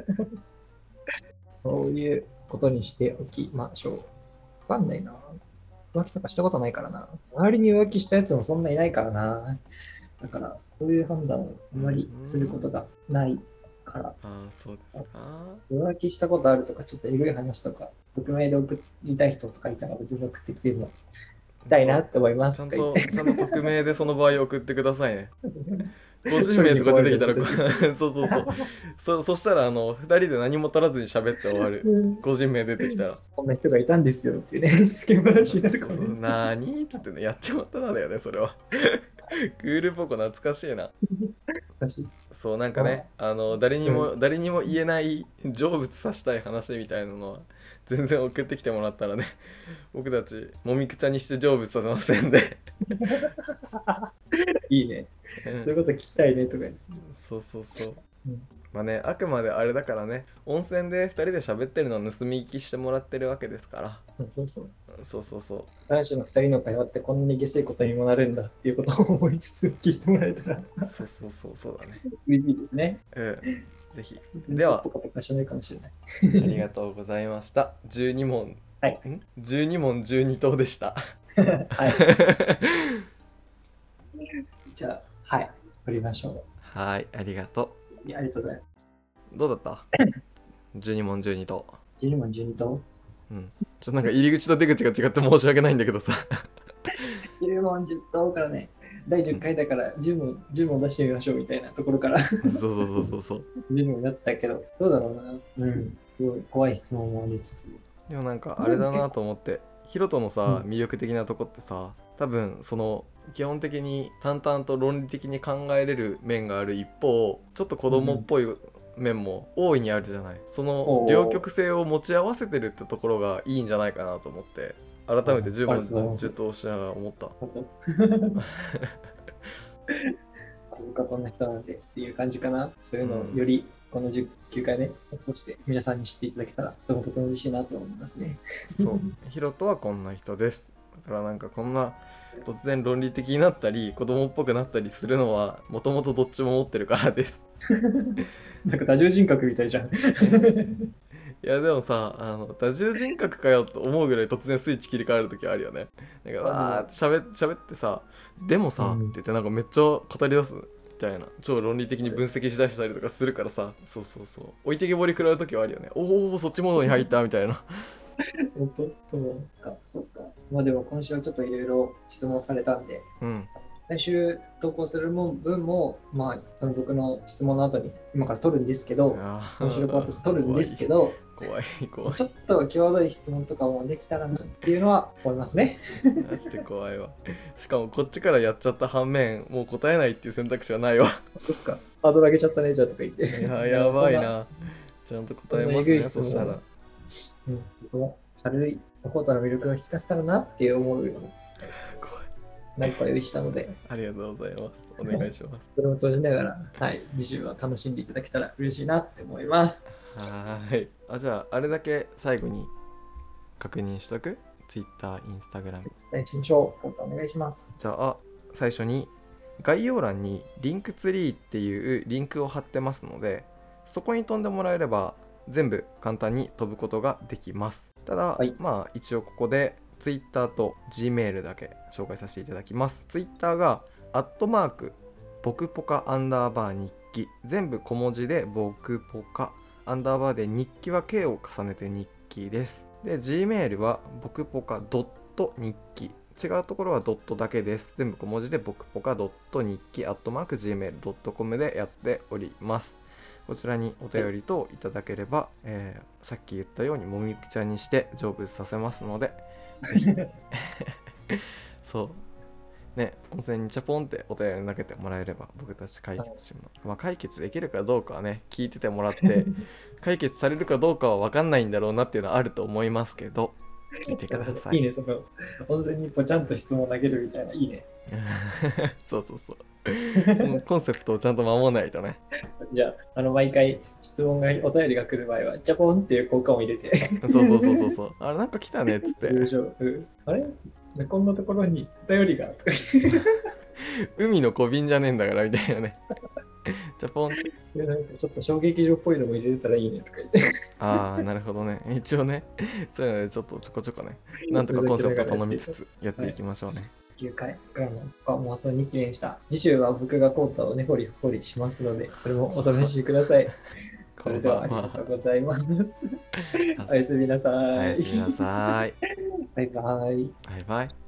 そういうことにしておきましょう。わかんないな。浮気とかしたことないからな。周りに浮気したやつもそんないないからな。だから、こういう判断をあまりすることがないから。 ああ、そうですか。 浮気したことあるとか、ちょっとえぐい話とか、匿名で送りたい人とかいたら別に送ってきてもたいなって思います。 ちゃんと、ちゃんと匿名でその場合送ってくださいね。個人名とか出てきたら、そうそうそう。そそしたら、あの、ふたりで何も取らずに喋って終わる。個人名出てきたら。 こんな人がいたんですよっていうね、世間話になるかもね。 なーにーっつってね、やっちまったなだよね、それは。クールポコ懐かしいな。そう、なんかね、あの、誰にも、誰にも言えない成仏させたい話みたいなのは、全然送ってきてもらったらね、僕たち、もみくちゃにして成仏させませんで。 いいね。そういうこと聞きたいねとか言って。 そうそうそう。 うんまあね、あくまであれだからね、温泉でふたりで喋ってるのを盗み聞きしてもらってるわけですから。 そうそう。 そうそうそう。 男子のふたりの会話ってこんなに下水ことにもなるんだっていうことを思いつつ聞いてもらえたらそうそうそうそうだね。 嬉しいですね。 うん。ぜひ。ではポカポカしないかもしれない。 ありがとうございました。じゅうに問。 はい。 ん ?じゅうに 問じゅうに答でした。 はい。じゃあ、はい。取りましょはい、ありがとう。いや、ありがとうございます。 う。どうだった ?じゅうに 問じゅうに答。 じゅうに問じゅうに答うん。ちょっとなんか入り口と出口が違って申し訳ないんだけどさ。 じゅう問じゅう答からね、だいじゅっかいだからじゅう問、じゅう問出してみましょうみたいなところからそうそうそうそうそう。 じゅう問になったけど、どうだろうな。うん。すごい怖い質問もありつつ。 でもなんかあれだなと思ってヒロトのさうん魅力的なとこってさ多分その基本的に淡々と論理的に考えれる面がある一方ちょっと子供っぽい面も大いにあるじゃない。その両極性を持ち合わせてるってところがいいんじゃないかなと思って改めてじゅう問じゅう答しながら思った。 こうかこんな人なんでっていう感じかな。そういうのをよりこのじゅうきゅうかいめを通して皆さんに知っていただけたらとてもとても嬉しいなと思いますね。 そうヒロトはこんな人です。だからなんかこんな突然論理的になったり子供っぽくなったりするのはもともとどっちも持ってるからです。 なんか多重人格みたいじゃん。 いやでもさあの多重人格かよと思うぐらい突然スイッチ切り替える時あるよね。なんかわーってしゃべ喋ってさでもさ、 うんって言ってなんかめっちゃ語り出すみたいな超論理的に分析しだしたりとかするからさそうそうそう置いてけぼり食らう時はあるよね。おおそっちモードに入ったみたいな。 本当そうか、そうか。まあでも今週はちょっといろいろ質問されたんで、 うん来週投稿する分も、まあその僕の質問の後に今から取るんですけど、 あ今週こうやって取るんですけど、 怖い怖いちょっと際どい質問とかもできたらなっていうのは思いますね。 マジで怖いわ。しかもこっちからやっちゃった反面もう答えないっていう選択肢はないわ。 そっか、ハードル上げちゃったね、じゃあとか言って。 いややばいな。ちゃんと答えますねそしたら。 うん、僕も軽いコートの魅力を引き出せたらなって思うように怖い。 何か用意したので、 ありがとうございます。お願いします。 それを閉じながら、はい、次週は楽しんでいただけたら嬉しいなって思います。 はーい。あ、じゃあ、あれだけ最後に確認しとく ?Twitter、Instagram。 来週の章、お願いします。 じゃあ、最初に概要欄にリンクツリーっていうリンクを貼ってますので、そこに飛んでもらえれば全部簡単に飛ぶことができます。ただ、 はい、 まあ一応ここで Twitter と Gmail だけ紹介させていただきます。Twitter がアットマーク僕ポカアンダーバー日記、全部小文字で僕ポカアンダーバーで日記は K を重ねて日記です。で Gmail は僕ポカドット日記、違うところはドットだけです。全部小文字で僕ポカドット日記アットマーク Gmail ドットコム でやっております。 こちらにお便りといただければ、えーさっき言ったようにもみくちゃにして成仏させますので、ぜひそうね、温泉にチャポンってお便り投げてもらえれば僕たち解決します、まあ、解決できるかどうかはね聞いててもらって解決されるかどうかは分かんないんだろうなっていうのはあると思いますけど、聞いてください。 いいね、その温泉にぽちゃんと質問投げるみたいな、いいね。 そうそうそうこのコンセプトをちゃんと守らないとね。 じゃあ、あの毎回質問が、お便りが来る場合は、ジャポンっていう効果を入れて。 そうそうそうそうそうあれなんか来たねっつって通常うんあれこんなところにお便りがとか言って。 海の小瓶じゃねえんだからみたいなねジャポンっていやなんかちょっと衝撃場っぽいのも入れれたらいいねとか言って。 ああなるほどね、一応ねそういうのでちょっとちょこちょこねなんとかコンセプト頼みつつやっていきましょうね。 きゅうかいからの妄想日記でした。次週は僕がコータを根掘り掘りしますので、それもお試しください。それではありがとうございます。おやすみなさい。 おやすみなさい。 バイバイ。 バイバイ。